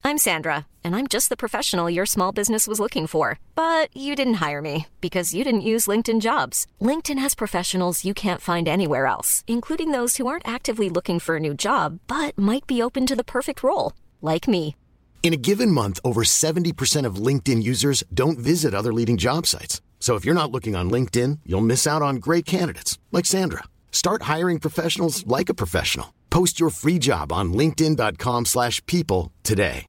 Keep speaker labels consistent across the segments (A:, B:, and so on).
A: I'm Sandra, and I'm just the professional your small business was looking for. But you didn't hire me because you didn't use LinkedIn Jobs. LinkedIn has professionals you can't find anywhere else, including those who aren't actively looking for a new job, but might be open to the perfect role, like me.
B: In a given month, over 70% of LinkedIn users don't visit other leading job sites. So if you're not looking on LinkedIn, you'll miss out on great candidates like Sandra. Start hiring professionals like a professional. Post your free job on linkedin.com/people today.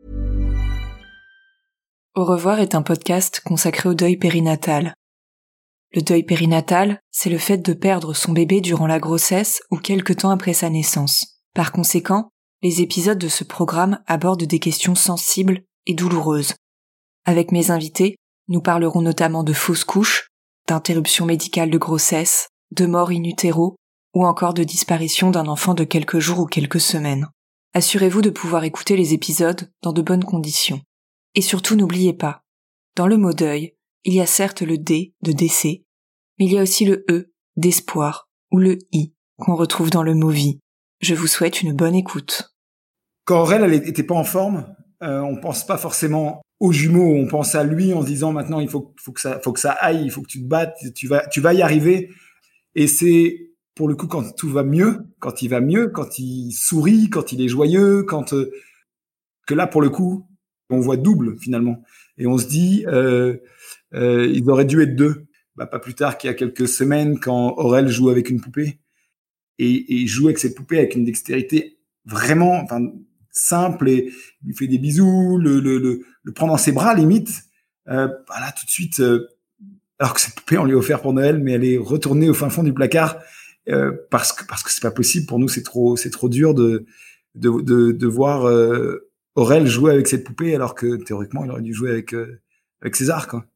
C: Au revoir est un podcast consacré au deuil périnatal. Le deuil périnatal, c'est le fait de perdre son bébé durant la grossesse ou quelque temps après sa naissance. Par conséquent, les épisodes de ce programme abordent des questions sensibles et douloureuses. Avec mes invités, nous parlerons notamment de fausses couches, d'interruption médicale de grossesse, de mort in utero ou encore de disparition d'un enfant de quelques jours ou quelques semaines. Assurez-vous de pouvoir écouter les épisodes dans de bonnes conditions. Et surtout n'oubliez pas, dans le mot deuil, il y a certes le D de décès, mais il y a aussi le E d'espoir ou le I qu'on retrouve dans le mot vie. Je vous souhaite une bonne écoute.
D: Quand Aurel, elle était pas en forme, on pense pas forcément aux jumeaux, on pense à lui en se disant maintenant il faut que ça aille, il faut que tu te battes, tu vas y arriver. Et c'est pour le coup quand tout va mieux, quand il va mieux, quand il sourit, quand il est joyeux, que là pour le coup on voit double finalement. Et on se dit ils auraient dû être deux. Pas plus tard qu'il y a quelques semaines quand Aurel joue avec une poupée et joue avec cette poupée avec une dextérité vraiment simple et lui fait des bisous, le prend dans ses bras limite. Là tout de suite, alors que cette poupée on lui a offert pour Noël, mais elle est retournée au fin fond du placard parce que c'est pas possible pour nous, c'est trop dur de voir Aurel jouer avec cette poupée alors que théoriquement il aurait dû jouer avec César quoi.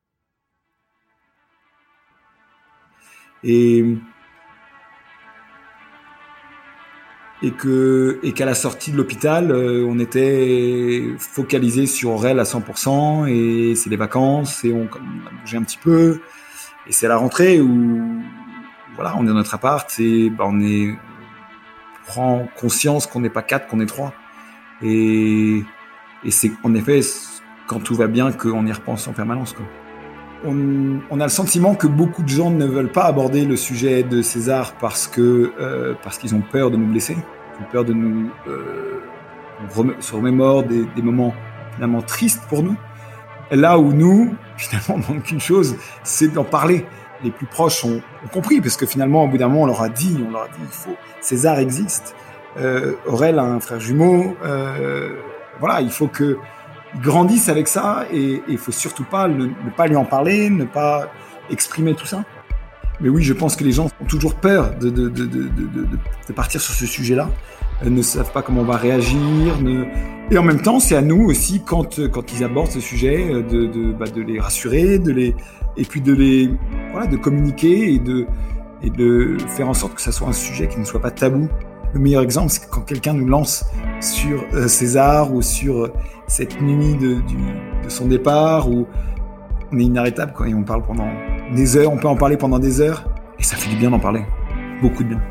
D: Et qu'à la sortie de l'hôpital, on était focalisé sur Aurel à 100%, et c'est les vacances, et on a bougé un petit peu, et c'est à la rentrée où, voilà, on est dans notre appart, et on prend conscience qu'on n'est pas 4, qu'on est 3. Et c'est, en effet, quand tout va bien, qu'on y repense en permanence, quoi. On a le sentiment que beaucoup de gens ne veulent pas aborder le sujet de César parce qu'ils ont peur de nous blesser, ils ont peur de nous se remémore des moments finalement tristes pour nous. Là où nous, finalement, on demande qu'une chose, c'est d'en parler. Les plus proches ont compris, parce que finalement, au bout d'un moment, on leur a dit, César existe. Aurel a un frère jumeau. Voilà, il faut que grandissent avec ça, et il faut surtout pas ne pas lui en parler, ne pas exprimer tout ça. Mais oui, je pense que les gens ont toujours peur de partir sur ce sujet-là, ne savent pas comment on va réagir, et en même temps, c'est à nous aussi quand ils abordent ce sujet de les rassurer, et puis de communiquer et de faire en sorte que ça soit un sujet qui ne soit pas tabou. Le meilleur exemple, c'est quand quelqu'un nous lance sur César ou sur cette nuit de son départ, où on est inarrêtable, quoi, et on parle pendant des heures, on peut en parler pendant des heures, et ça fait du bien d'en parler, beaucoup de bien.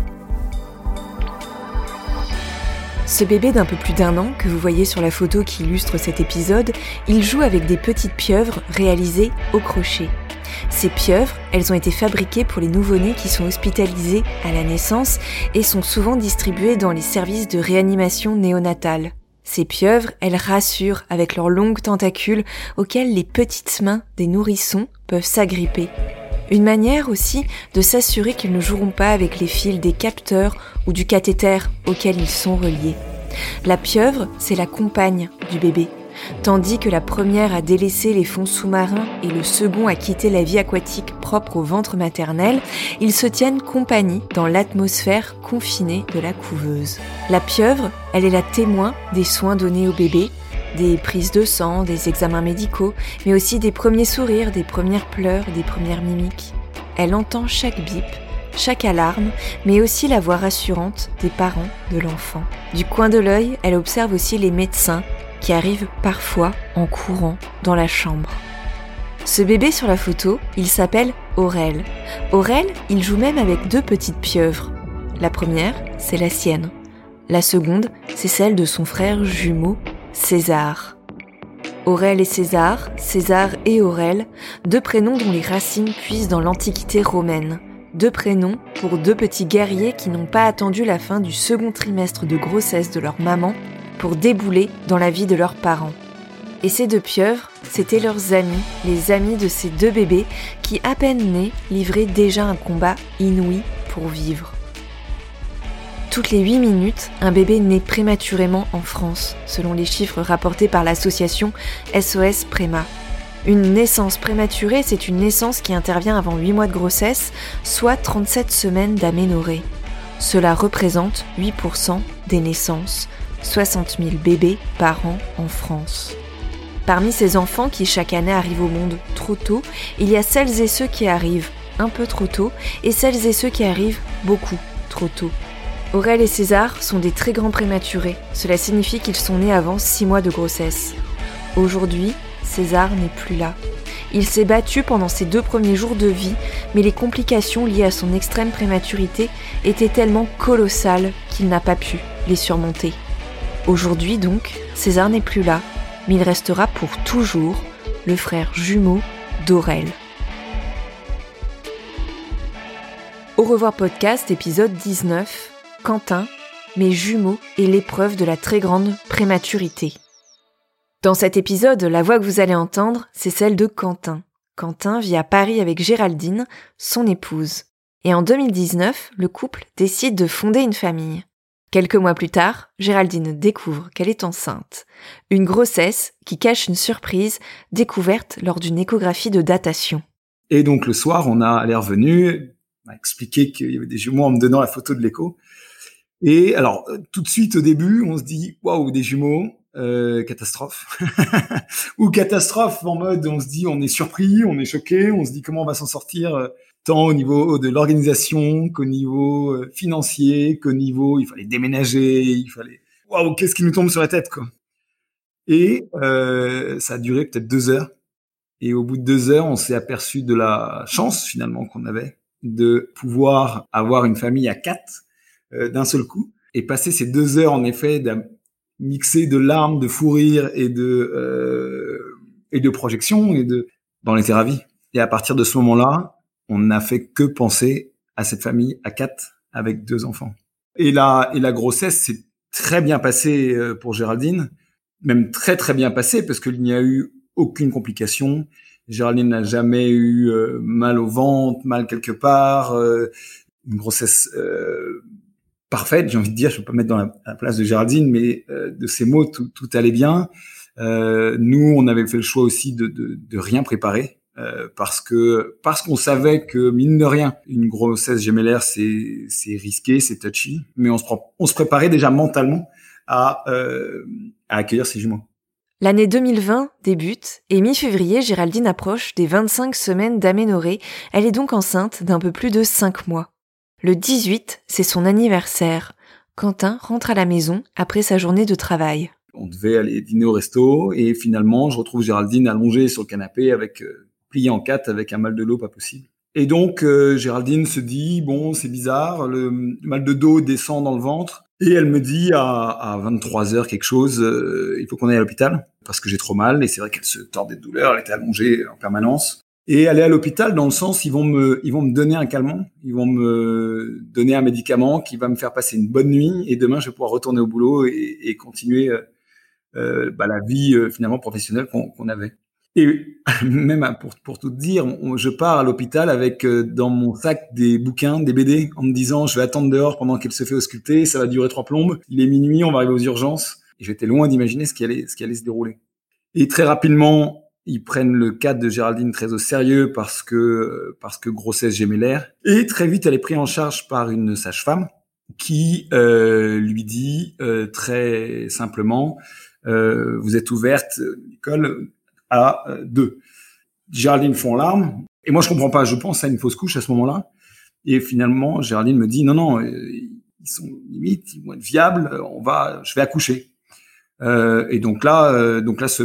C: Ce bébé d'un peu plus d'1 an que vous voyez sur la photo qui illustre cet épisode, il joue avec des petites pieuvres réalisées au crochet. Ces pieuvres, elles ont été fabriquées pour les nouveau-nés qui sont hospitalisés à la naissance et sont souvent distribuées dans les services de réanimation néonatale. Ces pieuvres, elles rassurent avec leurs longues tentacules auxquelles les petites mains des nourrissons peuvent s'agripper. Une manière aussi de s'assurer qu'ils ne joueront pas avec les fils des capteurs ou du cathéter auquel ils sont reliés. La pieuvre, c'est la compagne du bébé. Tandis que la première a délaissé les fonds sous-marins et le second a quitté la vie aquatique propre au ventre maternel, ils se tiennent compagnie dans l'atmosphère confinée de la couveuse. La pieuvre, elle est la témoin des soins donnés au bébé, des prises de sang, des examens médicaux, mais aussi des premiers sourires, des premières pleurs, des premières mimiques. Elle entend chaque bip, chaque alarme, mais aussi la voix rassurante des parents de l'enfant. Du coin de l'œil, elle observe aussi les médecins qui arrivent parfois en courant dans la chambre. Ce bébé sur la photo, il s'appelle Aurel. Aurel, il joue même avec 2 petites pieuvres. La première, c'est la sienne. La seconde, c'est celle de son frère jumeau, César. Aurèle et César, César et Aurèle, 2 prénoms dont les racines puisent dans l'Antiquité romaine. 2 prénoms pour 2 petits guerriers qui n'ont pas attendu la fin du second trimestre de grossesse de leur maman pour débouler dans la vie de leurs parents. Et ces 2 pieuvres, c'étaient leurs amis, les amis de ces 2 bébés qui, à peine nés, livraient déjà un combat inouï pour vivre. Toutes les 8 minutes, un bébé naît prématurément en France, selon les chiffres rapportés par l'association SOS Préma. Une naissance prématurée, c'est une naissance qui intervient avant 8 mois de grossesse, soit 37 semaines d'aménorrhée. Cela représente 8% des naissances, 60 000 bébés par an en France. Parmi ces enfants qui chaque année arrivent au monde trop tôt, il y a celles et ceux qui arrivent un peu trop tôt et celles et ceux qui arrivent beaucoup trop tôt. Aurèle et César sont des très grands prématurés. Cela signifie qu'ils sont nés avant 6 mois de grossesse. Aujourd'hui, César n'est plus là. Il s'est battu pendant ses 2 premiers jours de vie, mais les complications liées à son extrême prématurité étaient tellement colossales qu'il n'a pas pu les surmonter. Aujourd'hui donc, César n'est plus là, mais il restera pour toujours le frère jumeau d'Aurèle. Au revoir podcast, épisode 19. Quentin, mes jumeaux et l'épreuve de la très grande prématurité. Dans cet épisode, la voix que vous allez entendre, c'est celle de Quentin. Quentin vit à Paris avec Géraldine, son épouse. Et en 2019, le couple décide de fonder une famille. Quelques mois plus tard, Géraldine découvre qu'elle est enceinte. Une grossesse qui cache une surprise découverte lors d'une échographie de datation.
D: Et donc le soir, elle est revenue, on m'a expliqué qu'il y avait des jumeaux en me donnant la photo de l'écho. Et alors, tout de suite au début, on se dit « Waouh, des jumeaux, catastrophe !» Ou catastrophe en mode, on se dit, on est surpris, on est choqué, on se dit comment on va s'en sortir, tant au niveau de l'organisation qu'au niveau financier, qu'au niveau, il fallait déménager, il fallait... Waouh, qu'est-ce qui nous tombe sur la tête, quoi. Et ça a duré peut-être 2 heures. Et au bout de 2 heures, on s'est aperçu de la chance, finalement, qu'on avait de pouvoir avoir une famille à 4 d'un seul coup, et passer ces 2 heures en effet mixer de larmes, de fou rire et de projections on était ravis. Et à partir de ce moment-là, on n'a fait que penser à cette famille à 4 avec 2 enfants. Et la grossesse s'est très bien passée pour Géraldine, même très très bien passée parce qu'il n'y a eu aucune complication. Géraldine n'a jamais eu mal au ventre, mal quelque part, une grossesse parfaite, j'ai envie de dire, je peux pas mettre dans la place de Géraldine, mais de ces mots, tout allait bien. Nous, on avait fait le choix aussi de rien préparer, parce qu'on savait que, mine de rien, une grossesse gémellaire, c'est risqué, c'est touchy, mais on se préparait déjà mentalement à accueillir ces jumeaux.
C: L'année 2020 débute et mi-février, Géraldine approche des 25 semaines d'aménorrhée. Elle est donc enceinte d'un peu plus de 5 mois. Le 18, c'est son anniversaire. Quentin rentre à la maison après sa journée de travail.
D: On devait aller dîner au resto et finalement, je retrouve Géraldine allongée sur le canapé pliée en 4 avec un mal de dos pas possible. Et donc, Géraldine se dit, bon, c'est bizarre, le mal de dos descend dans le ventre. Et elle me dit à 23h quelque chose, il faut qu'on aille à l'hôpital parce que j'ai trop mal. Et c'est vrai qu'elle se tordait de douleur, elle était allongée en permanence. Et aller à l'hôpital dans le sens, ils vont me donner un calmant, ils vont me donner un médicament qui va me faire passer une bonne nuit et demain je vais pouvoir retourner au boulot et continuer la vie finalement professionnelle qu'on avait. Et même pour tout dire, je pars à l'hôpital avec dans mon sac des bouquins, des BD, en me disant je vais attendre dehors pendant qu'elle se fait ausculter, ça va durer 3 plombes, il est minuit, on va arriver aux urgences. Et j'étais loin d'imaginer ce qui allait se dérouler. Et très rapidement, ils prennent le cas de Géraldine très au sérieux parce que grossesse gémellaire. Et très vite, elle est prise en charge par une sage-femme qui lui dit très simplement vous êtes ouverte, Nicole, à 2. Géraldine fond en larmes. Et moi, je comprends pas. Je pense à une fausse couche à ce moment-là. Et finalement, Géraldine me dit non, ils sont limite, ils vont être viables. Je vais accoucher. Et donc là,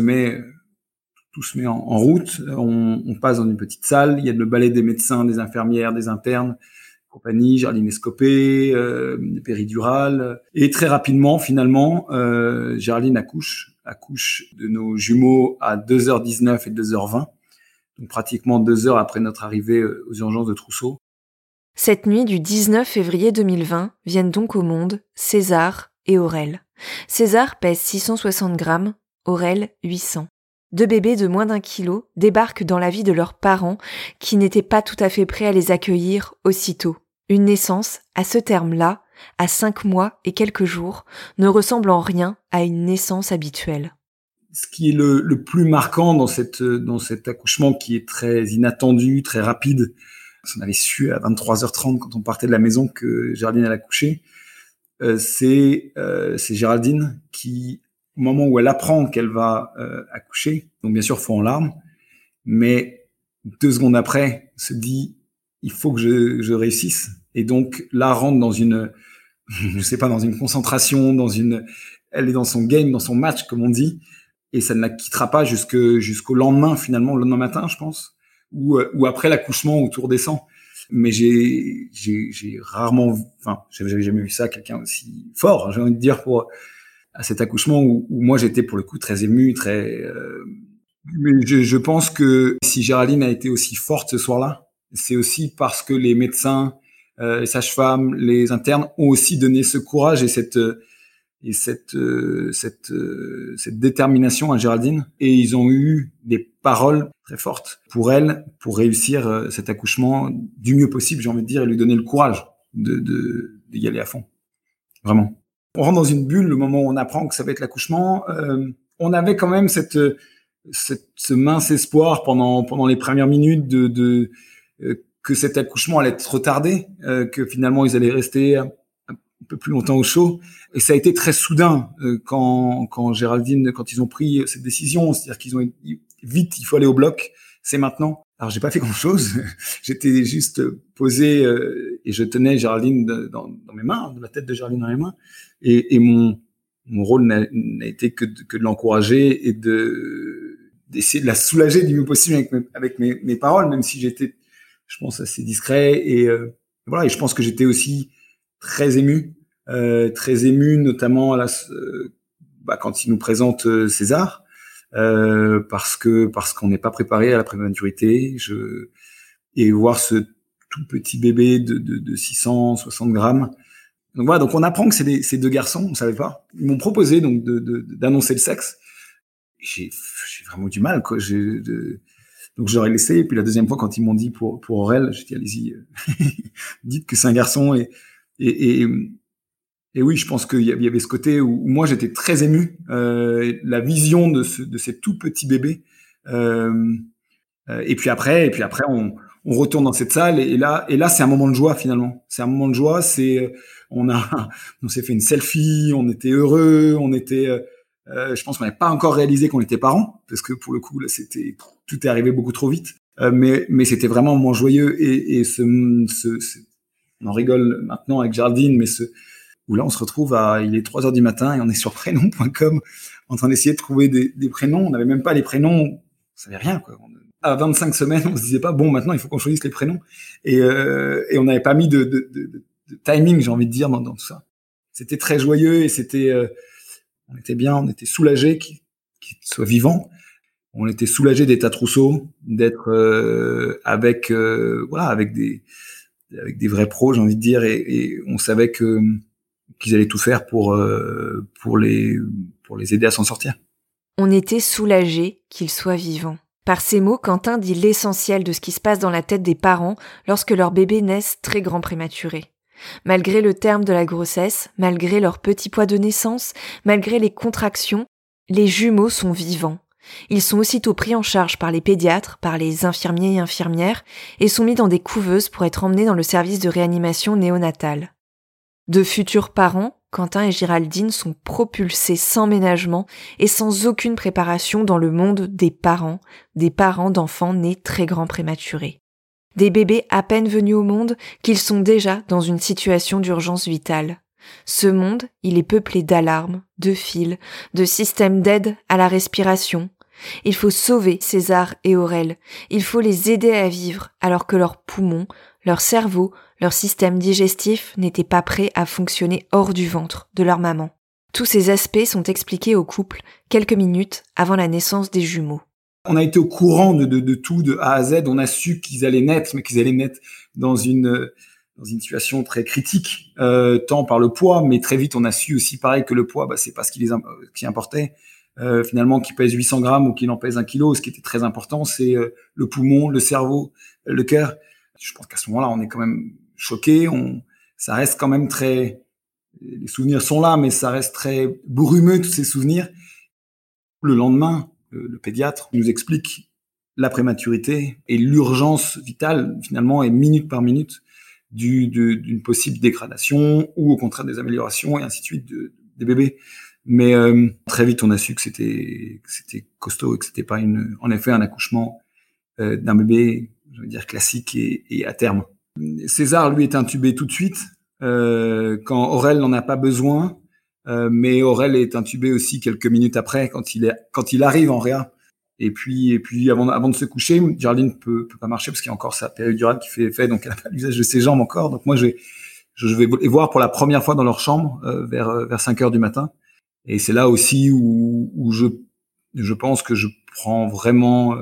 D: tout se met en route. On passe dans une petite salle. Il y a le balai des médecins, des infirmières, des internes, compagnie. Géraldine est scopée, péridurale. Et très rapidement, finalement, Géraldine accouche accouche de nos jumeaux à 2h19 et 2h20, donc pratiquement 2 heures après notre arrivée aux urgences de Trousseau.
C: Cette nuit du 19 février 2020 viennent donc au monde César et Aurèle. César pèse 660 grammes, Aurèle 800. 2 bébés de moins d'1 kilo débarquent dans la vie de leurs parents qui n'étaient pas tout à fait prêts à les accueillir aussitôt. Une naissance, à ce terme-là, à 5 mois et quelques jours, ne ressemble en rien à une naissance habituelle.
D: Ce qui est le plus marquant dans cet accouchement qui est très inattendu, très rapide, on avait su à 23h30 quand on partait de la maison que Géraldine allait accoucher, c'est Géraldine qui, au moment où elle apprend qu'elle va accoucher, donc bien sûr fond en larmes, mais 2 secondes après se dit il faut que je réussisse, et donc là rentre dans une concentration, elle est dans son game, dans son match comme on dit, et ça ne la quittera pas jusqu'au lendemain finalement, le lendemain matin je pense, ou après l'accouchement où tout redescend. Mais j'ai rarement, j'avais jamais vu ça, quelqu'un aussi fort, j'ai envie de dire, à cet accouchement où moi j'étais pour le coup très ému, mais je pense que si Géraldine a été aussi forte ce soir-là, c'est aussi parce que les médecins, les sages-femmes, les internes ont aussi donné ce courage et cette détermination à Géraldine, et ils ont eu des paroles très fortes pour elle, pour réussir cet accouchement du mieux possible, j'ai envie de dire, et lui donner le courage d'y aller à fond. Vraiment. On rentre dans une bulle le moment où on apprend que ça va être l'accouchement. On avait quand même ce mince espoir pendant les premières minutes que cet accouchement allait être retardé, que finalement ils allaient rester un peu plus longtemps au chaud. Et ça a été très soudain quand Géraldine, quand ils ont pris cette décision, c'est-à-dire qu'ils ont vite, il faut aller au bloc, c'est maintenant. Alors j'ai pas fait grand-chose, j'étais juste posé et je tenais Géraldine dans mes mains, la tête de Géraldine dans mes mains, et mon rôle n'a été que de l'encourager et d'essayer de la soulager du mieux possible avec mes paroles, même si j'étais, je pense, assez discret, et voilà. Et je pense que j'étais aussi très ému, notamment quand il nous présente César, parce qu'on n'est pas préparé à la prématurité, et voir ce tout petit bébé de 660 grammes. Donc voilà, donc on apprend que c'est 2 garçons, on savait pas. Ils m'ont proposé donc d'annoncer le sexe. J'ai vraiment du mal, quoi. Donc je leur ai laissé, et puis la deuxième fois quand ils m'ont dit pour Aurèle, j'ai dit allez-y, dites que c'est un garçon, et oui, je pense qu'il y avait ce côté où moi j'étais très ému, la vision de ces tout petits bébés, et puis après on retourne dans cette salle, et là c'est un moment de joie finalement. C'est un moment de joie, on s'est fait une selfie, on était heureux, je pense qu'on n'avait pas encore réalisé qu'on était parents, parce que pour le coup là tout est arrivé beaucoup trop vite, mais c'était vraiment un moment joyeux, et on en rigole maintenant avec Géraldine, mais où là on se retrouve il est 3h du matin et on est sur prénom.com en train d'essayer de trouver des prénoms. On n'avait même pas les prénoms, on savait rien, quoi. À 25 semaines, on se disait pas bon, maintenant il faut qu'on choisisse les prénoms, et on n'avait pas mis de timing, j'ai envie de dire, dans tout ça. C'était très joyeux, et on était bien, on était soulagés qu'il soit vivant. On était soulagés d'être à Trousseau, d'être avec des vrais pros, j'ai envie de dire, et on savait qu'ils allaient tout faire pour les aider à s'en sortir.
C: On était soulagés qu'il soit vivant. Par ces mots, Quentin dit l'essentiel de ce qui se passe dans la tête des parents lorsque leurs bébés naissent très grands prématurés. Malgré le terme de la grossesse, malgré leur petit poids de naissance, malgré les contractions, les jumeaux sont vivants. Ils sont aussitôt pris en charge par les pédiatres, par les infirmiers et infirmières, et sont mis dans des couveuses pour être emmenés dans le service de réanimation néonatale. De futurs parents, Quentin et Géraldine sont propulsés sans ménagement et sans aucune préparation dans le monde des parents d'enfants nés très grands prématurés. Des bébés à peine venus au monde qu'ils sont déjà dans une situation d'urgence vitale. Ce monde, il est peuplé d'alarmes, de fils, de systèmes d'aide à la respiration. Il faut sauver César et Aurèle. Il faut les aider à vivre alors que leurs poumons, leur cerveau, leur système digestif n'étaient pas prêts à fonctionner hors du ventre de leur maman. Tous ces aspects sont expliqués au couple quelques minutes avant la naissance des jumeaux.
D: On a été au courant de tout, de A à Z. On a su qu'ils allaient naître, mais qu'ils allaient naître dans une situation très critique, tant par le poids, mais très vite on a su aussi pareil que le poids, c'est pas ce qui importait. Finalement, qu'il pèse 800 grammes ou qu'il en pèse 1 kilo, ce qui était très important, c'est le poumon, le cerveau, le cœur. Je pense qu'à ce moment-là, on est quand même choqués. Ça reste quand même les souvenirs sont là, mais ça reste très brumeux, tous ces souvenirs. Le lendemain, le pédiatre nous explique la prématurité et l'urgence vitale, finalement, et minute par minute, d'une possible dégradation ou au contraire des améliorations et ainsi de suite des bébés. Mais très vite, on a su que c'était costaud et que c'était pas en effet un accouchement d'un bébé, je veux dire classique et à terme. César, lui, est intubé tout de suite quand Aurel n'en a pas besoin, mais Aurel est intubé aussi quelques minutes après quand il arrive en réa. Et puis avant de se coucher, Géraldine peut pas marcher parce qu'il y a encore sa péridurale qui fait effet, donc elle n'a pas l'usage de ses jambes encore. Donc moi je vais les voir pour la première fois dans leur chambre vers 5 heures du matin. Et c'est là aussi où je pense que je prends vraiment,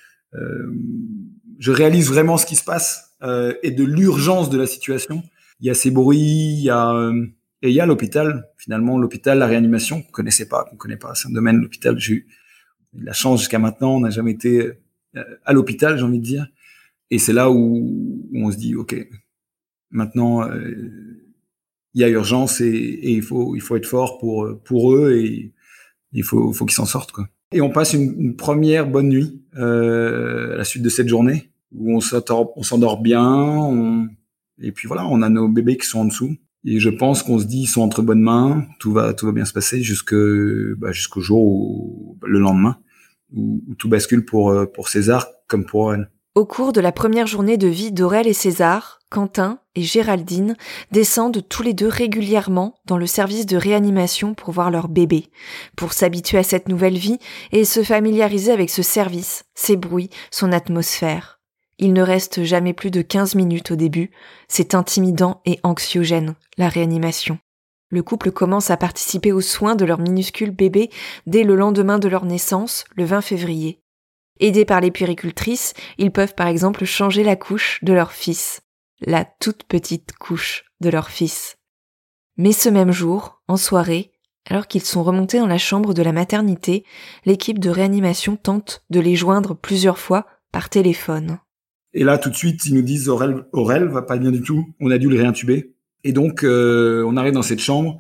D: je réalise ce qui se passe et de l'urgence de la situation. Il y a ces bruits, et il y a l'hôpital. Finalement, l'hôpital, la réanimation, qu'on connaît pas, c'est un domaine. L'hôpital, j'ai eu la chance jusqu'à maintenant, on n'a jamais été à l'hôpital, j'ai envie de dire. Et c'est là où on se dit, ok, maintenant il y a urgence et il faut être fort pour eux et il faut qu'ils s'en sortent, quoi. Et on passe une première bonne nuit à la suite de cette journée où on s'endort bien, et puis voilà, on a nos bébés qui sont en dessous. Et je pense qu'on se dit, ils sont entre bonnes mains, tout va bien se passer jusqu'au jour où, le lendemain, où tout bascule pour César comme pour Aurel.
C: Au cours de la première journée de vie d'Aurel et César, Quentin et Géraldine descendent tous les deux régulièrement dans le service de réanimation pour voir leur bébé, pour s'habituer à cette nouvelle vie et se familiariser avec ce service, ses bruits, son atmosphère. Il ne reste jamais plus de 15 minutes au début, c'est intimidant et anxiogène, la réanimation. Le couple commence à participer aux soins de leur minuscule bébé dès le lendemain de leur naissance, le 20 février. Aidés par les puéricultrices, ils peuvent par exemple changer la couche de leur fils, la toute petite couche de leur fils. Mais ce même jour, en soirée, alors qu'ils sont remontés dans la chambre de la maternité, l'équipe de réanimation tente de les joindre plusieurs fois par téléphone.
D: Et là, tout de suite, ils nous disent Aurel va pas bien du tout, on a dû le réintuber. Et donc, on arrive dans cette chambre,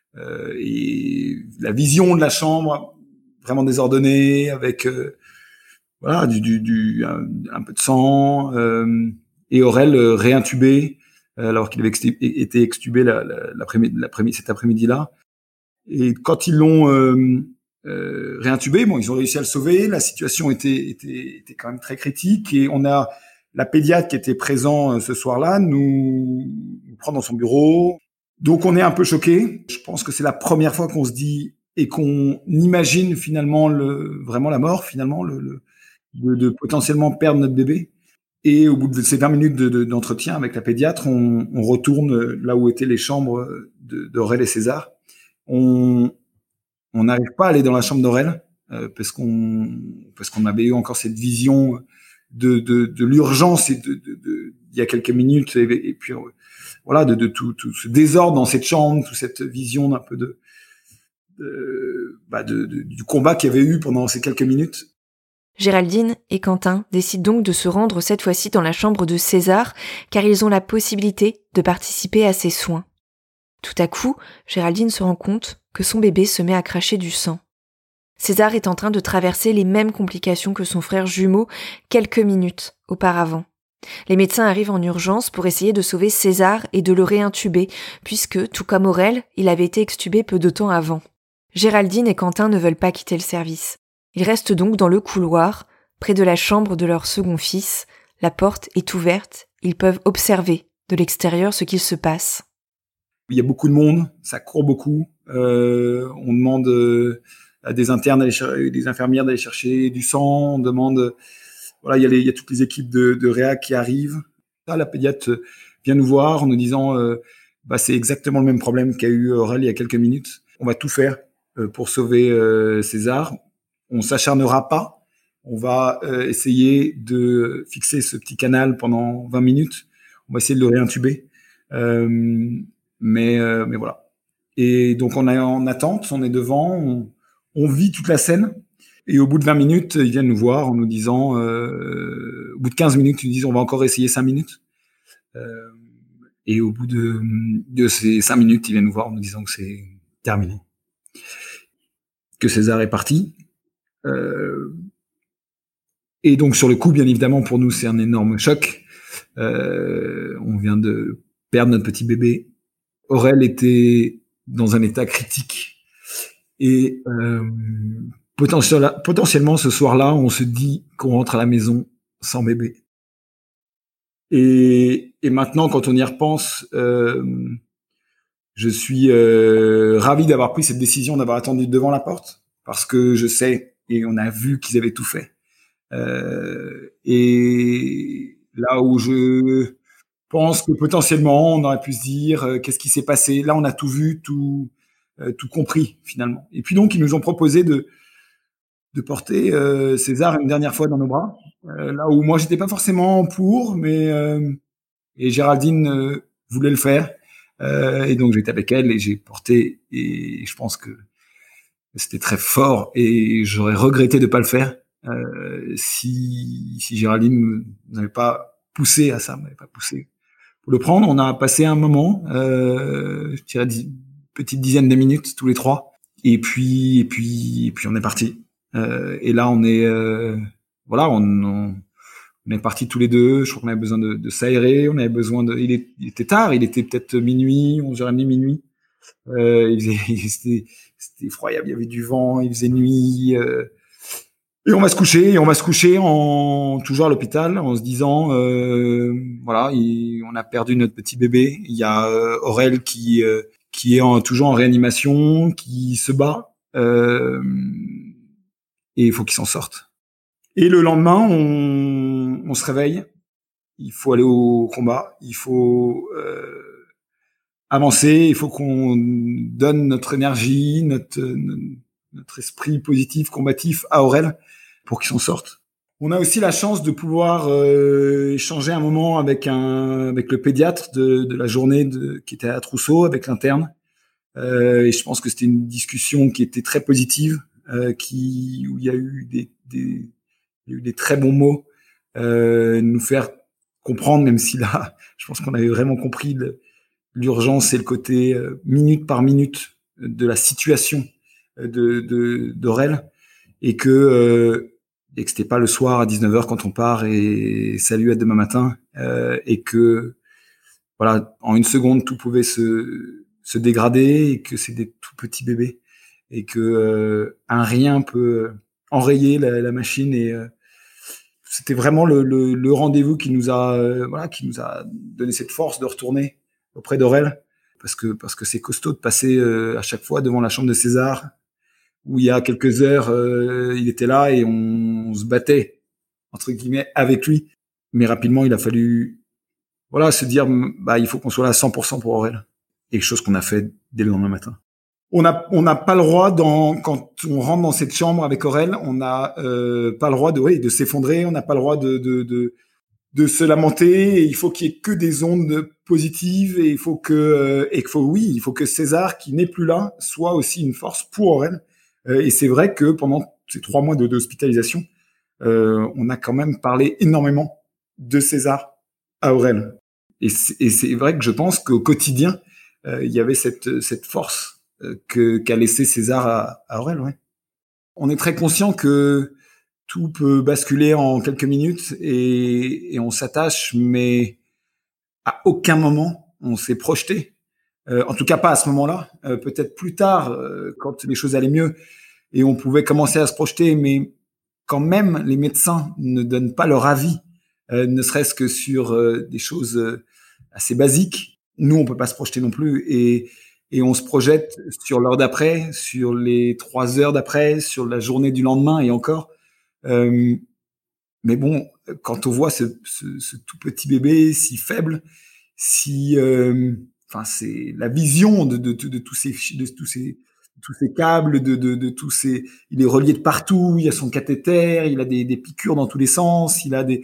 D: et la vision de la chambre, vraiment désordonnée, avec un peu de sang, et Aurel réintubé, alors qu'il avait été extubé cet après-midi-là. Et quand ils l'ont réintubé, ils ont réussi à le sauver. La situation était quand même très critique, et on a la pédiatre qui était présent ce soir-là nous prend dans son bureau. Donc on est un peu choqués. Je pense que c'est la première fois qu'on se dit et qu'on imagine finalement vraiment la mort, finalement de potentiellement perdre notre bébé. Et au bout de ces 20 minutes d'entretien avec la pédiatre, on retourne là où étaient les chambres d'Aurel et César. On n'arrive pas à aller dans la chambre d'Aurel parce qu'on avait eu encore cette vision de l'urgence et il y a quelques minutes, et puis voilà, de tout ce désordre dans cette chambre, toute cette vision d'un peu du combat qu'il y avait eu pendant ces quelques minutes.
C: Géraldine et Quentin décident donc de se rendre cette fois-ci dans la chambre de César, car ils ont la possibilité de participer à ses soins. Tout à coup, Géraldine se rend compte que son bébé se met à cracher du sang. César est en train de traverser les mêmes complications que son frère jumeau quelques minutes auparavant. Les médecins arrivent en urgence pour essayer de sauver César et de le réintuber, puisque, tout comme Aurel, il avait été extubé peu de temps avant. Géraldine et Quentin ne veulent pas quitter le service. Ils restent donc dans le couloir, près de la chambre de leur second fils. La porte est ouverte, ils peuvent observer de l'extérieur ce qu'il se passe.
D: Il y a beaucoup de monde, ça court beaucoup. On demande à des internes, des infirmières d'aller chercher du sang. On demande, voilà, il y a toutes les équipes de réa qui arrivent. Là, la pédiatre vient nous voir en nous disant, c'est exactement le même problème qu'a eu Aurel il y a quelques minutes. On va tout faire pour sauver César. On s'acharnera pas. On va essayer de fixer ce petit canal pendant 20 minutes. On va essayer de le réintuber. Mais voilà. Et donc on est en attente, on est devant, on vit toute la scène. Et au bout de 20 minutes, ils viennent nous voir en nous disant, au bout de 15 minutes, ils disent on va encore essayer 5 minutes. Et au bout de ces 5 minutes, ils viennent nous voir en nous disant que c'est terminé. Que César est parti. Et donc sur le coup, bien évidemment, pour nous, c'est un énorme choc. On vient de perdre notre petit bébé. Aurel était dans un état critique. Et potentiellement, ce soir-là, on se dit qu'on rentre à la maison sans bébé. Et maintenant, quand on y repense, je suis ravi d'avoir pris cette décision, d'avoir attendu devant la porte, parce que je sais, et on a vu qu'ils avaient tout fait. Et là où je pense que potentiellement, on aurait pu se dire qu'est-ce qui s'est passé. Là, on a tout vu, tout compris finalement. Et puis donc, ils nous ont proposé de porter César une dernière fois dans nos bras. Là où moi, j'étais pas forcément pour, mais et Géraldine voulait le faire. Et donc, j'étais avec elle et j'ai porté. Et je pense que c'était très fort et j'aurais regretté de pas le faire si Géraldine n'avait pas poussé à ça, m'avait pas poussé pour le prendre. On a passé un moment, je dirais petite dizaine de minutes tous les trois, et puis on est parti. Et là, on est voilà, on est partis tous les deux. Je crois qu'on avait besoin de s'aérer, on avait besoin de. Il était tard, il était peut-être minuit, 11h30, minuit. C'était effroyable, il y avait du vent, il faisait nuit. Et on va se coucher toujours à l'hôpital en se disant voilà, on a perdu notre petit bébé. Il y a Aurel qui est toujours en réanimation, qui se bat et il faut qu'il s'en sorte. Et le lendemain, on se réveille. Il faut aller au combat. Il faut avancer. Il faut qu'on donne notre énergie, notre esprit positif, combatif à Aurel pour qu'il s'en sorte. On a aussi la chance de pouvoir échanger un moment avec le pédiatre de la journée qui était à Trousseau, avec l'interne. Et je pense que c'était une discussion qui était très positive, où il y a eu des très bons mots, nous faire comprendre, même si là, je pense qu'on avait vraiment compris l'urgence et le côté minute par minute de la situation d'Aurel, et que c'était pas le soir à 19h quand on part et salut à demain matin, et que voilà, en une seconde tout pouvait se dégrader, et que c'est des tout petits bébés, et que un rien peut enrayer la machine. Et c'était vraiment le rendez-vous qui nous a donné cette force de retourner auprès d'Aurel, parce que c'est costaud de passer à chaque fois devant la chambre de César, où il y a quelques heures, il était là et on se battait, entre guillemets, avec lui. Mais rapidement, il a fallu se dire, il faut qu'on soit là à 100% pour Aurel. Et chose qu'on a fait dès le lendemain matin. On n'a pas le droit, quand on rentre dans cette chambre avec Aurel, on n'a pas le droit de s'effondrer, on n'a pas le droit de se lamenter. Et il faut qu'il y ait que des ondes positives, et il faut que César, qui n'est plus là, soit aussi une force pour Aurel. Et c'est vrai que pendant ces 3 mois d'hospitalisation, on a quand même parlé énormément de César à Aurel. Et c'est vrai que je pense qu'au quotidien, il y avait cette force qu'a laissé César à Aurel. Ouais. On est très conscient que tout peut basculer en quelques minutes, et on s'attache, mais à aucun moment on s'est projeté. En tout cas pas à ce moment-là. Peut-être plus tard, quand les choses allaient mieux et on pouvait commencer à se projeter, mais quand même les médecins ne donnent pas leur avis, ne serait-ce que sur des choses assez basiques. Nous, on peut pas se projeter non plus, et on se projette sur l'heure d'après, sur les 3 heures d'après, sur la journée du lendemain et encore. Mais bon, quand on voit ce tout petit bébé si faible, c'est la vision de tous ces tous ces câbles, de tous ces, il est relié de partout. Il y a son cathéter, il a des piqûres dans tous les sens, il a des,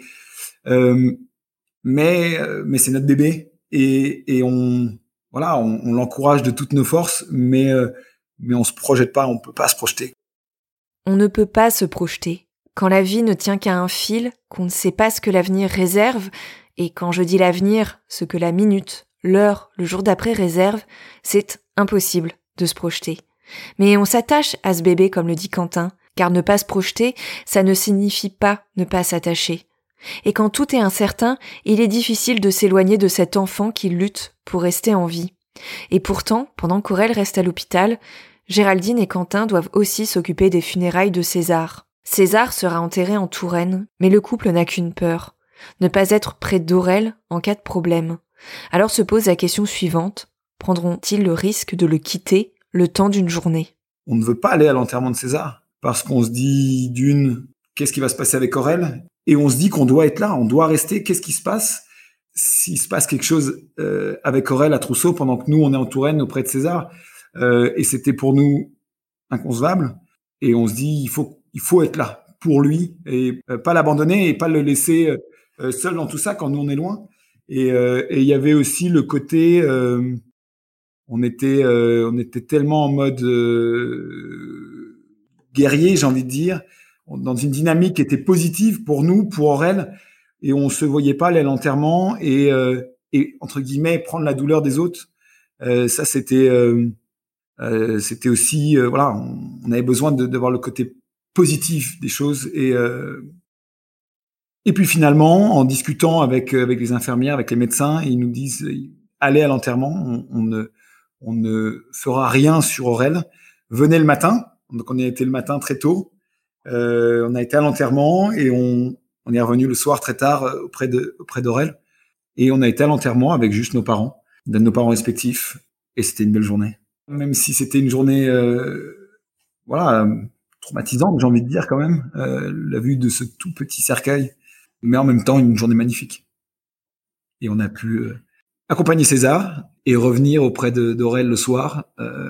D: mais c'est notre bébé et on l'encourage de toutes nos forces, mais on se projette pas, on peut pas se projeter.
C: On ne peut pas se projeter. Quand la vie ne tient qu'à un fil, qu'on ne sait pas ce que l'avenir réserve, et quand je dis l'avenir, ce que la minute, l'heure, le jour d'après réserve, c'est impossible de se projeter. Mais on s'attache à ce bébé, comme le dit Quentin, car ne pas se projeter, ça ne signifie pas ne pas s'attacher. Et quand tout est incertain, il est difficile de s'éloigner de cet enfant qui lutte pour rester en vie. Et pourtant, pendant qu'Aurèle reste à l'hôpital, Géraldine et Quentin doivent aussi s'occuper des funérailles de César. César sera enterré en Touraine, mais le couple n'a qu'une peur, ne pas être près d'Aurèle en cas de problème. Alors se pose la question suivante, prendront-ils le risque de le quitter le temps d'une journée?
D: On ne veut pas aller à l'enterrement de César, parce qu'on se dit qu'est-ce qui va se passer avec Aurèle? Et on se dit qu'on doit être là, on doit rester, qu'est-ce qui se passe? S'il se passe quelque chose avec Aurèle à Trousseau pendant que nous, on est en Touraine auprès de César, et c'était pour nous inconcevable, et on se dit il faut être là pour lui et pas l'abandonner et pas le laisser seul dans tout ça quand nous on est loin. Et il y avait aussi le côté on était tellement en mode guerrier, j'ai envie de dire, dans une dynamique qui était positive pour nous, pour Aurèle, et on se voyait pas aller à l'enterrement et entre guillemets prendre la douleur des autres. Ça c'était aussi on avait besoin de voir le côté positif des choses et puis finalement en discutant avec les infirmières, avec les médecins, ils nous disent allez à l'enterrement, on ne fera rien sur Aurèle, venez le matin. Donc on a été le matin très tôt, on a été à l'enterrement et on est revenu le soir très tard auprès d'Aurèle et on a été à l'enterrement avec juste nos parents respectifs et c'était une belle journée. Même si c'était une journée traumatisante, j'ai envie de dire quand même, la vue de ce tout petit cercueil, mais en même temps une journée magnifique. Et on a pu accompagner César et revenir auprès d'Aurèle le soir,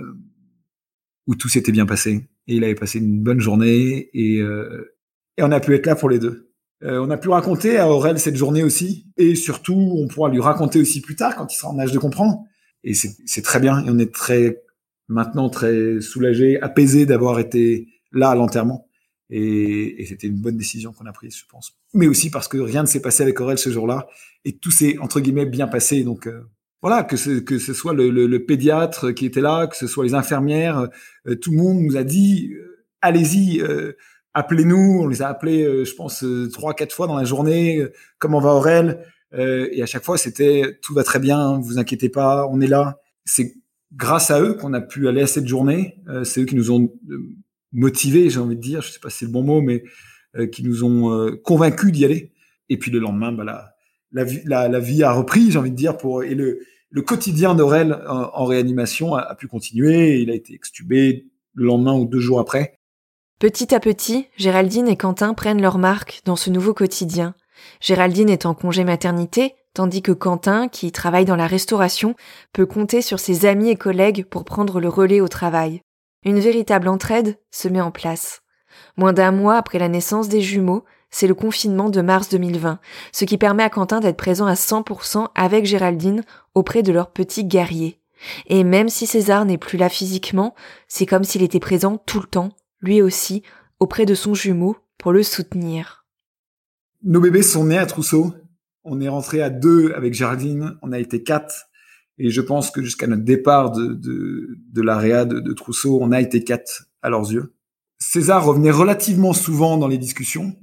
D: où tout s'était bien passé. Et il avait passé une bonne journée et on a pu être là pour les deux. On a pu raconter à Aurèle cette journée aussi, et surtout on pourra lui raconter aussi plus tard quand il sera en âge de comprendre. Et c'est très bien, et on est maintenant très soulagé, apaisé d'avoir été là à l'enterrement. Et c'était une bonne décision qu'on a prise, je pense. Mais aussi parce que rien ne s'est passé avec Aurèle ce jour-là, et tout s'est, entre guillemets, bien passé. Donc que ce soit le pédiatre qui était là, que ce soit les infirmières, tout le monde nous a dit allez-y, appelez-nous. On les a appelés, je pense, 3-4 fois dans la journée. Comment va Aurèle? Et à chaque fois, c'était tout va très bien, vous inquiétez pas, on est là. C'est grâce à eux qu'on a pu aller à cette journée. C'est eux qui nous ont motivés, j'ai envie de dire, je sais pas si c'est le bon mot, mais qui nous ont convaincus d'y aller. Et puis le lendemain, la vie a repris, j'ai envie de dire, et le quotidien d'Aurèle en réanimation a pu continuer. Il a été extubé le lendemain ou 2 jours après.
C: Petit à petit, Géraldine et Quentin prennent leur marque dans ce nouveau quotidien. Géraldine est en congé maternité, tandis que Quentin, qui travaille dans la restauration, peut compter sur ses amis et collègues pour prendre le relais au travail. Une véritable entraide se met en place. Moins d'1 mois après la naissance des jumeaux, c'est le confinement de mars 2020, ce qui permet à Quentin d'être présent à 100% avec Géraldine auprès de leur petit guerrier. Et même si César n'est plus là physiquement, c'est comme s'il était présent tout le temps, lui aussi, auprès de son jumeau, pour le soutenir.
D: Nos bébés sont nés à Trousseau. On est rentré à 2 avec Géraldine. On a été 4. Et je pense que jusqu'à notre départ de la réa de Trousseau, on a été 4 à leurs yeux. César revenait relativement souvent dans les discussions,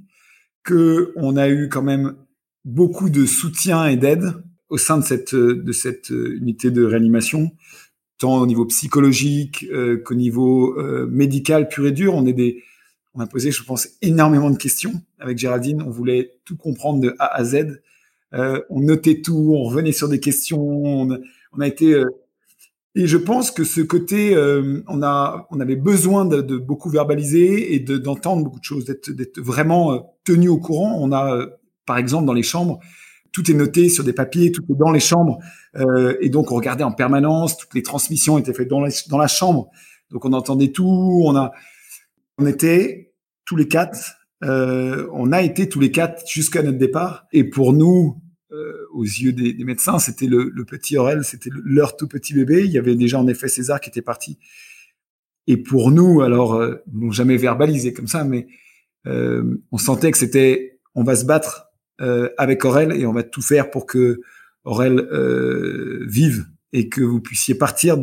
D: qu'on a eu quand même beaucoup de soutien et d'aide au sein de cette unité de réanimation, tant au niveau psychologique qu'au niveau médical pur et dur. On a posé, je pense, énormément de questions avec Géraldine. On voulait tout comprendre de A à Z. On notait tout, on revenait sur des questions. On a été... et je pense que ce côté, on avait besoin de beaucoup verbaliser et d'entendre beaucoup de choses, d'être vraiment tenu au courant. On a, par exemple, dans les chambres, tout est noté sur des papiers, tout est dans les chambres. Et donc, on regardait en permanence. Toutes les transmissions étaient faites dans la chambre. Donc on entendait tout. On était tous les quatre. On a été tous les quatre jusqu'à notre départ. Et pour nous, aux yeux des médecins, c'était le petit Aurel, c'était leur tout petit bébé. Il y avait déjà en effet César qui était parti. Et pour nous, alors, ils n'ont jamais verbalisé comme ça, mais on sentait que c'était, on va se battre avec Aurel et on va tout faire pour que Aurel vive et que vous puissiez partir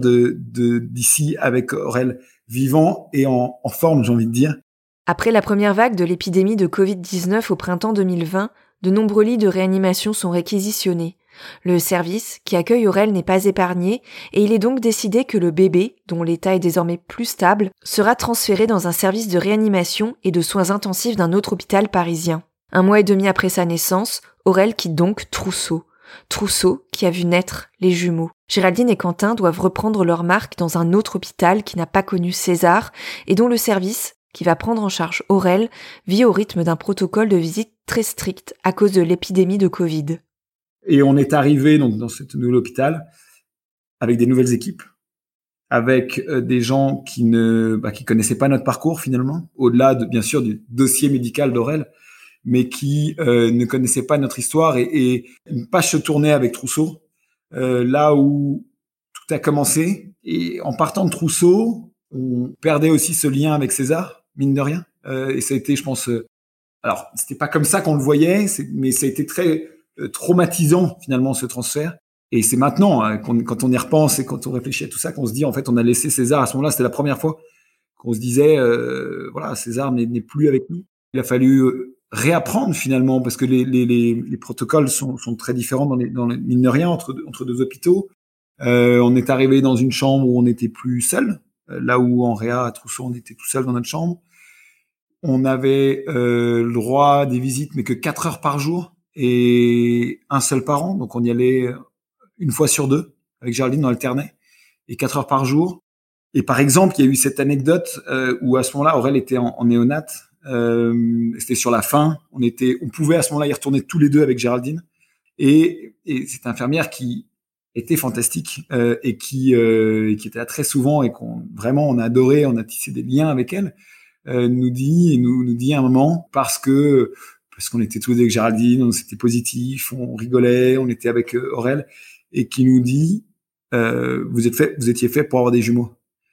D: d'ici avec Aurel vivant et en forme, j'ai envie de dire.
C: Après la première vague de l'épidémie de Covid-19 au printemps 2020, de nombreux lits de réanimation sont réquisitionnés. Le service qui accueille Aurel n'est pas épargné et il est donc décidé que le bébé, dont l'état est désormais plus stable, sera transféré dans un service de réanimation et de soins intensifs d'un autre hôpital parisien. 1 mois et demi après sa naissance, Aurel quitte donc Trousseau. Trousseau qui a vu naître les jumeaux. Géraldine et Quentin doivent reprendre leur marque dans un autre hôpital qui n'a pas connu César et dont le service, qui va prendre en charge Aurel, vit au rythme d'un protocole de visite très strict à cause de l'épidémie de Covid.
D: Et on est arrivé donc dans ce nouvel hôpital avec des nouvelles équipes, avec des gens qui connaissaient pas notre parcours finalement, au-delà bien sûr du dossier médical d'Aurel, mais qui ne connaissaient pas notre histoire et une page se tournait avec Trousseau, là où tout a commencé. Et en partant de Trousseau, on perdait aussi ce lien avec César, mine de rien. Et ça a été, je pense, alors c'était pas comme ça qu'on le voyait, mais ça a été très traumatisant finalement ce transfert. Et c'est maintenant, quand on y repense et quand on réfléchit à tout ça, qu'on se dit en fait on a laissé César. À ce moment-là, c'était la première fois qu'on se disait voilà, César n'est plus avec nous. Il a fallu réapprendre finalement parce que les protocoles sont très différents dans les mine de rien entre deux hôpitaux. On est arrivé dans une chambre où on n'était plus seul, là où en réa à Trousseau on était tout seul dans notre chambre. On avait le droit des visites mais que 4 heures par jour et un seul par an, donc on y allait une fois sur 2 avec Géraldine, on alternait et 4 heures par jour. Et par exemple, il y a eu cette anecdote où à ce moment-là Aurel était en néonat. C'était sur la fin. On pouvait à ce moment-là y retourner tous les deux avec Géraldine. Et cette infirmière qui était fantastique et qui était là très souvent et on a adoré, on a tissé des liens avec elle. Nous dit à un moment parce qu'on était tous avec Géraldine, c'était positif, on rigolait, on était avec Aurel et qui nous dit vous étiez fait pour avoir des jumeaux.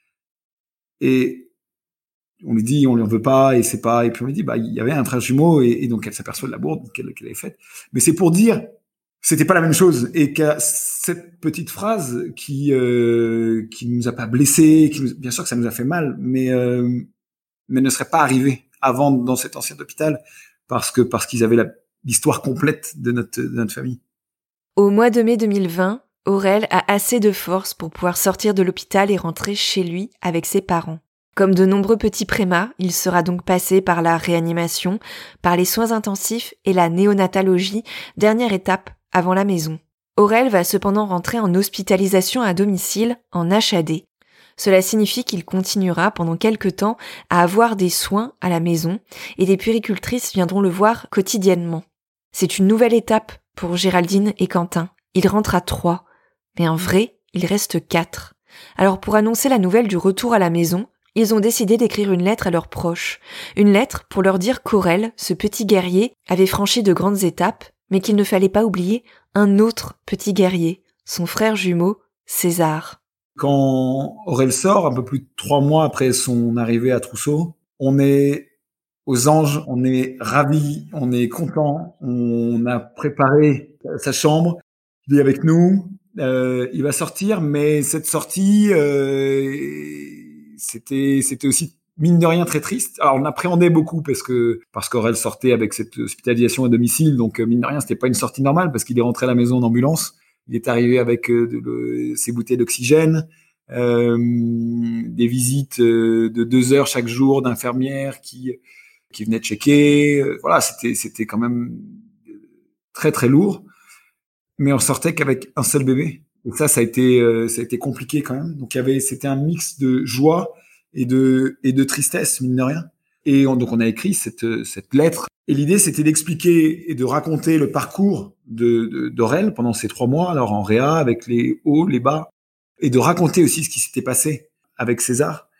D: Et on lui dit, on lui en veut pas, et c'est pas, et puis on lui dit, il y avait un frère jumeau, et donc elle s'aperçoit de la bourde qu'elle avait faite. Mais c'est pour dire, c'était pas la même chose, et qu'à cette petite phrase qui nous a pas blessés, bien sûr que ça nous a fait mal, mais ne serait pas arrivée avant dans cet ancien hôpital, parce qu'ils avaient l'histoire complète de notre famille.
C: Au mois de mai 2020, Aurel a assez de force pour pouvoir sortir de l'hôpital et rentrer chez lui avec ses parents. Comme de nombreux petits prémas, il sera donc passé par la réanimation, par les soins intensifs et la néonatologie, dernière étape avant la maison. Aurel va cependant rentrer en hospitalisation à domicile, en HAD. Cela signifie qu'il continuera pendant quelque temps à avoir des soins à la maison et des puéricultrices viendront le voir quotidiennement. C'est une nouvelle étape pour Géraldine et Quentin. Ils rentrent à 3, mais en vrai, il reste 4. Alors pour annoncer la nouvelle du retour à la maison, ils ont décidé d'écrire une lettre à leurs proches. Une lettre pour leur dire qu'Aurel, ce petit guerrier, avait franchi de grandes étapes, mais qu'il ne fallait pas oublier un autre petit guerrier, son frère jumeau, César.
D: Quand Aurel sort, un peu plus de 3 mois après son arrivée à Trousseau, on est aux anges, on est ravis, on est content, on a préparé sa chambre, il est avec nous, il va sortir, mais cette sortie... C'était aussi mine de rien très triste. Alors on appréhendait beaucoup parce qu'Aurel sortait avec cette hospitalisation à domicile, donc mine de rien c'était pas une sortie normale parce qu'il est rentré à la maison en ambulance. Il est arrivé avec ses bouteilles d'oxygène, des visites de 2 heures chaque jour d'infirmières qui venaient checker. Voilà, c'était quand même très très lourd. Mais on sortait qu'avec un seul bébé. Et ça a été compliqué quand même. Donc c'était un mix de joie et de tristesse, mine de rien. Et donc on a écrit cette lettre. Et l'idée, c'était d'expliquer et de raconter le parcours d'Aurel pendant ces 3 mois, alors en réa, avec les hauts, les bas, et de raconter aussi ce qui s'était passé avec César.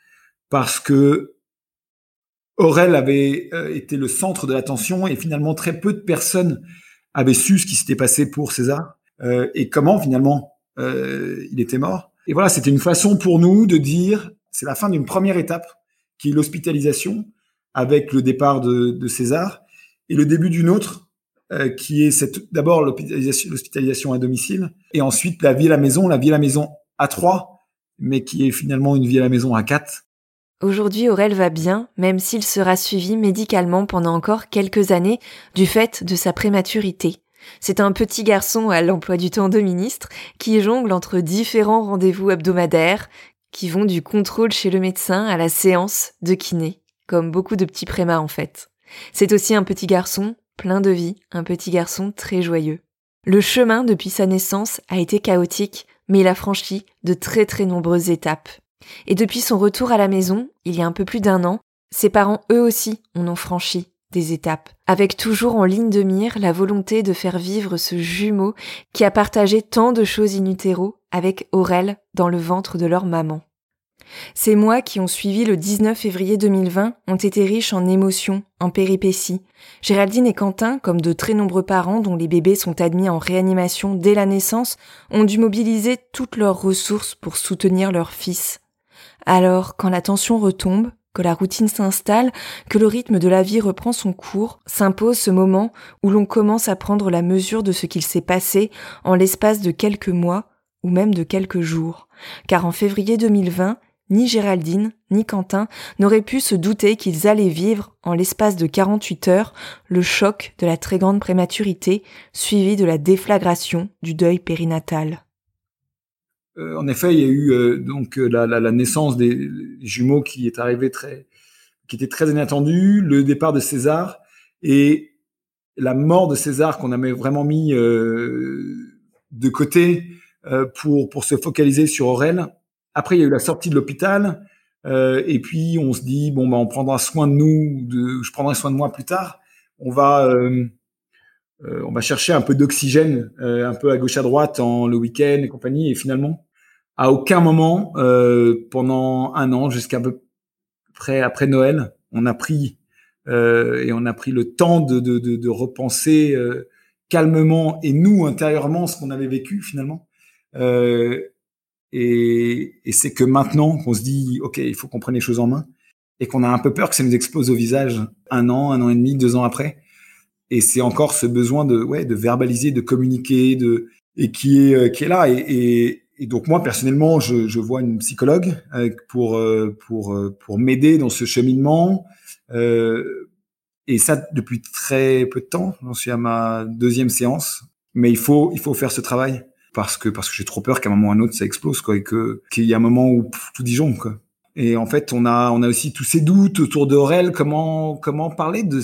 D: parce que Aurel avait été le centre de l'attention et finalement très peu de personnes avaient su ce qui s'était passé pour César et comment finalement il était mort. Et voilà, c'était une façon pour nous de dire c'est la fin d'une première étape qui est l'hospitalisation avec le départ de César et le début d'une autre qui est d'abord l'hospitalisation à domicile et ensuite la vie à la maison à 3, mais qui est finalement une vie à la maison à 4.
C: Aujourd'hui, Aurel va bien, même s'il sera suivi médicalement pendant encore quelques années du fait de sa prématurité. C'est un petit garçon à l'emploi du temps de ministre qui jongle entre différents rendez-vous hebdomadaires qui vont du contrôle chez le médecin à la séance de kiné, comme beaucoup de petits prémas en fait. C'est aussi un petit garçon plein de vie, un petit garçon très joyeux. Le chemin depuis sa naissance a été chaotique, mais il a franchi de très très nombreuses étapes. Et depuis son retour à la maison, il y a un peu plus d'1 an, ses parents eux aussi en ont franchi des étapes, avec toujours en ligne de mire la volonté de faire vivre ce jumeau qui a partagé tant de choses in utero avec Aurel dans le ventre de leur maman. Ces mois qui ont suivi le 19 février 2020 ont été riches en émotions, en péripéties. Géraldine et Quentin, comme de très nombreux parents dont les bébés sont admis en réanimation dès la naissance, ont dû mobiliser toutes leurs ressources pour soutenir leur fils. Alors, quand la tension retombe, que la routine s'installe, que le rythme de la vie reprend son cours, s'impose ce moment où l'on commence à prendre la mesure de ce qu'il s'est passé en l'espace de quelques mois ou même de quelques jours. Car en février 2020, ni Géraldine, ni Quentin n'auraient pu se douter qu'ils allaient vivre, en l'espace de 48 heures, le choc de la très grande prématurité, suivi de la déflagration du deuil périnatal.
D: En effet, il y a eu la naissance des jumeaux qui est arrivée qui était très inattendue, le départ de César et la mort de César qu'on avait vraiment mis de côté pour se focaliser sur Aurel. Après, il y a eu la sortie de l'hôpital et puis on se dit on prendra soin de nous, je prendrai soin de moi plus tard. On va chercher un peu d'oxygène, un peu à gauche à droite le week-end et compagnie. Et finalement, à aucun moment pendant 1 an, jusqu'à peu près après Noël, on a pris le temps de repenser calmement et nous intérieurement ce qu'on avait vécu finalement. Et c'est que maintenant qu'on se dit ok, il faut qu'on prenne les choses en main et qu'on a un peu peur que ça nous explose au visage 1 an, 1 an et demi, 2 ans après. Et c'est encore ce besoin de verbaliser, de communiquer, et qui est là. Et donc moi personnellement, je vois une psychologue pour m'aider dans ce cheminement. Et ça depuis très peu de temps. J'en suis à ma 2e séance, mais il faut faire ce travail parce que j'ai trop peur qu'à un moment ou à un autre ça explose quoi, et qu'il y a un moment où tout disjoncte quoi. Et en fait, on a aussi tous ces doutes autour d'Aurel. Comment parler de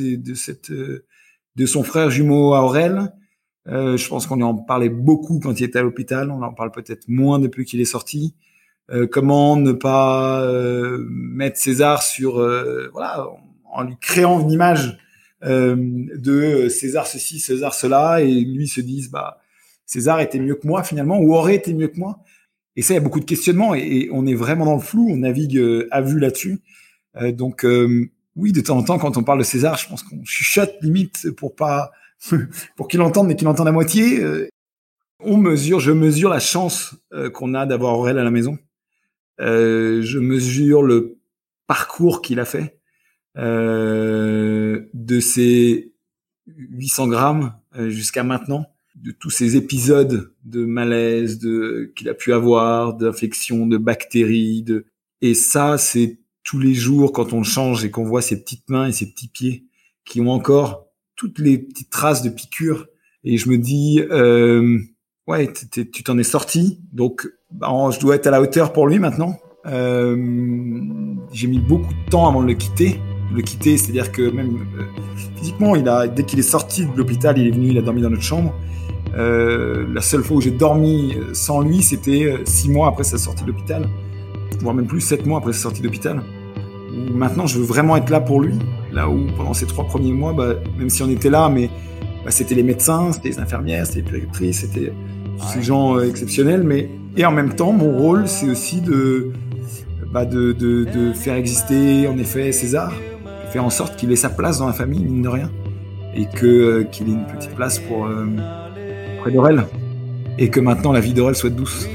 D: son frère jumeau à Aurel. Je pense qu'on en parlait beaucoup quand il était à l'hôpital. On en parle peut-être moins depuis qu'il est sorti. Comment ne pas mettre César sur en lui créant une image de César ceci, César cela, et lui se dise César était mieux que moi finalement, ou aurait été mieux que moi. Et ça, il y a beaucoup de questionnements et on est vraiment dans le flou. On navigue à vue là-dessus. Donc oui, de temps en temps, quand on parle de César, je pense qu'on chuchote limite pour qu'il entende, mais qu'il entende à moitié. Je mesure la chance qu'on a d'avoir Aurel à la maison. Je mesure le parcours qu'il a fait de ses 800 grammes jusqu'à maintenant, de tous ces épisodes de malaise qu'il a pu avoir, d'infection, de bactéries, et ça, c'est tous les jours quand on le change et qu'on voit ses petites mains et ses petits pieds qui ont encore toutes les petites traces de piqûres. Et je me dis, tu t'en es sorti, donc je dois être à la hauteur pour lui maintenant. J'ai mis beaucoup de temps avant de le quitter. C'est-à-dire que même physiquement, dès qu'il est sorti de l'hôpital, il est venu, il a dormi dans notre chambre. La seule fois où j'ai dormi sans lui, c'était 6 mois après sa sortie de l'hôpital, voire même plus, 7 mois après sa sortie d'hôpital. Maintenant, je veux vraiment être là pour lui. Là où, pendant ces 3 premiers mois, même si on était là, mais c'était les médecins, c'était les infirmières, c'était les puéricultrices, c'était tous ces gens exceptionnels. Et en même temps, mon rôle, c'est aussi de faire exister en effet César, de faire en sorte qu'il ait sa place dans la famille, mine de rien, et qu'il ait une petite place près d'Aurel, et que maintenant la vie d'Aurel soit douce.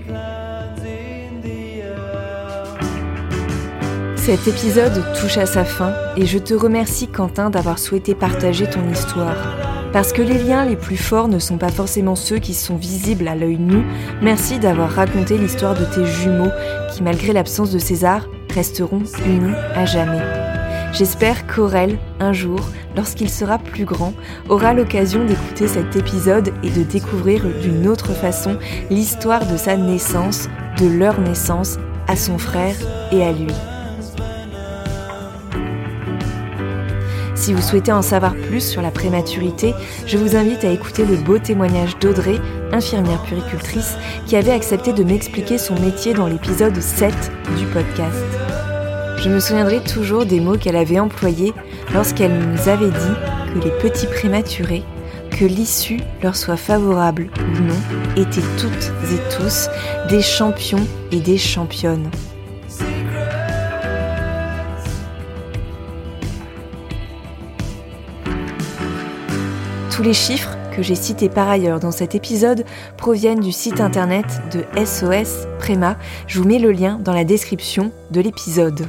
C: Cet épisode touche à sa fin et je te remercie Quentin d'avoir souhaité partager ton histoire. Parce que les liens les plus forts ne sont pas forcément ceux qui sont visibles à l'œil nu, merci d'avoir raconté l'histoire de tes jumeaux qui, malgré l'absence de César, resteront unis à jamais. J'espère qu'Aurel, un jour, lorsqu'il sera plus grand, aura l'occasion d'écouter cet épisode et de découvrir d'une autre façon l'histoire de sa naissance, de leur naissance, à son frère et à lui. Si vous souhaitez en savoir plus sur la prématurité, je vous invite à écouter le beau témoignage d'Audrey, infirmière puéricultrice, qui avait accepté de m'expliquer son métier dans l'épisode 7 du podcast. Je me souviendrai toujours des mots qu'elle avait employés lorsqu'elle nous avait dit que les petits prématurés, que l'issue leur soit favorable ou non, étaient toutes et tous des champions et des championnes. Tous les chiffres que j'ai cités par ailleurs dans cet épisode proviennent du site internet de SOS Préma. Je vous mets le lien dans la description de l'épisode.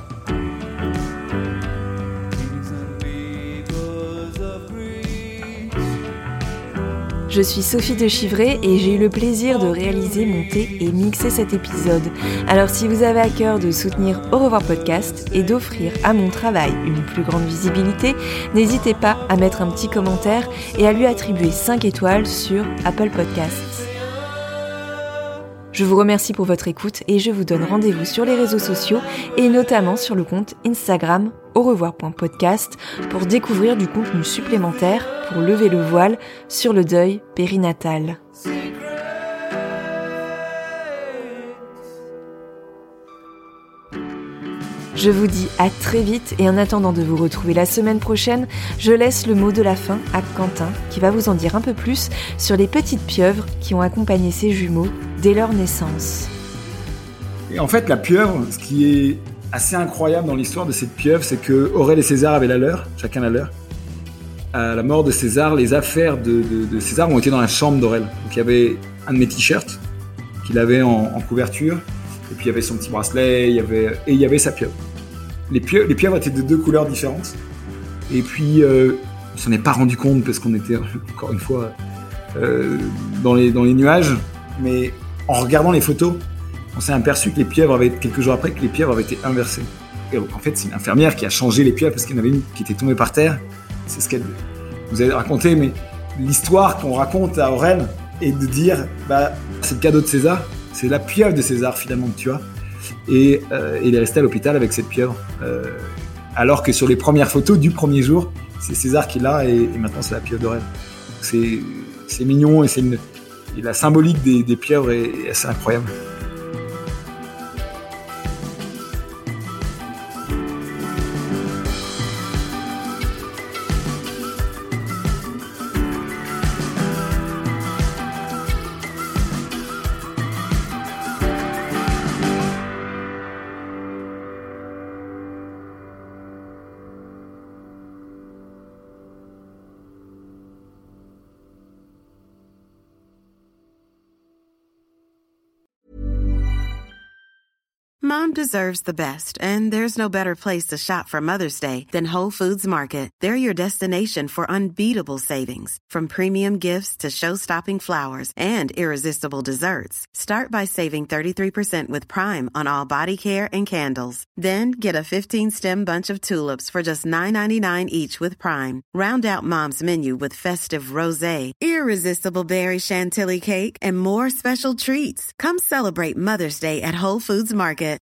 C: Je suis Sophie de Chivray et j'ai eu le plaisir de réaliser, monter et mixer cet épisode. Alors si vous avez à cœur de soutenir Au revoir podcast et d'offrir à mon travail une plus grande visibilité, n'hésitez pas à mettre un petit commentaire et à lui attribuer 5 étoiles sur Apple Podcasts. Je vous remercie pour votre écoute et je vous donne rendez-vous sur les réseaux sociaux et notamment sur le compte Instagram aurevoir.podcast pour découvrir du contenu supplémentaire pour lever le voile sur le deuil périnatal. Je vous dis à très vite et en attendant de vous retrouver la semaine prochaine, je laisse le mot de la fin à Quentin qui va vous en dire un peu plus sur les petites pieuvres qui ont accompagné ses jumeaux dès leur naissance.
D: Et en fait, la pieuvre, ce qui est assez incroyable dans l'histoire de cette pieuvre, c'est que Aurel et César avaient la leur, chacun la leur. À la mort de César, les affaires de César ont été dans la chambre d'Aurel. Donc il y avait un de mes t-shirts qu'il avait en couverture, et puis il y avait son petit bracelet, il y avait sa pieuvre. Les pieuvres étaient de 2 couleurs différentes. Et puis, on s'en est pas rendu compte parce qu'on était, encore une fois, dans les nuages. Mais en regardant les photos, on s'est aperçu que quelques jours après, que les pieuvres avaient été inversées. Et en fait, c'est une infirmière qui a changé les pieuvres parce qu'il y en avait une qui était tombée par terre. C'est ce qu'elle vous a raconté. Mais l'histoire qu'on raconte à Aurel est de dire, c'est le cadeau de César. C'est la pieuvre de César, finalement, que tu as. Et il est resté à l'hôpital avec cette pieuvre. Alors que sur les premières photos du premier jour, c'est César qui l'a et maintenant c'est la pieuvre d'Aurel. C'est mignon et la symbolique des pieuvres est assez incroyable.
E: Mom deserves the best, and there's no better place to shop for Mother's Day than Whole Foods Market. They're your destination for unbeatable savings, from premium gifts to show-stopping flowers and irresistible desserts. Start by saving 33% with Prime on all body care and candles. Then get a 15-stem bunch of tulips for just $9.99 each with Prime. Round out Mom's menu with festive rosé, irresistible berry chantilly cake, and more special treats. Come celebrate Mother's Day at Whole Foods Market.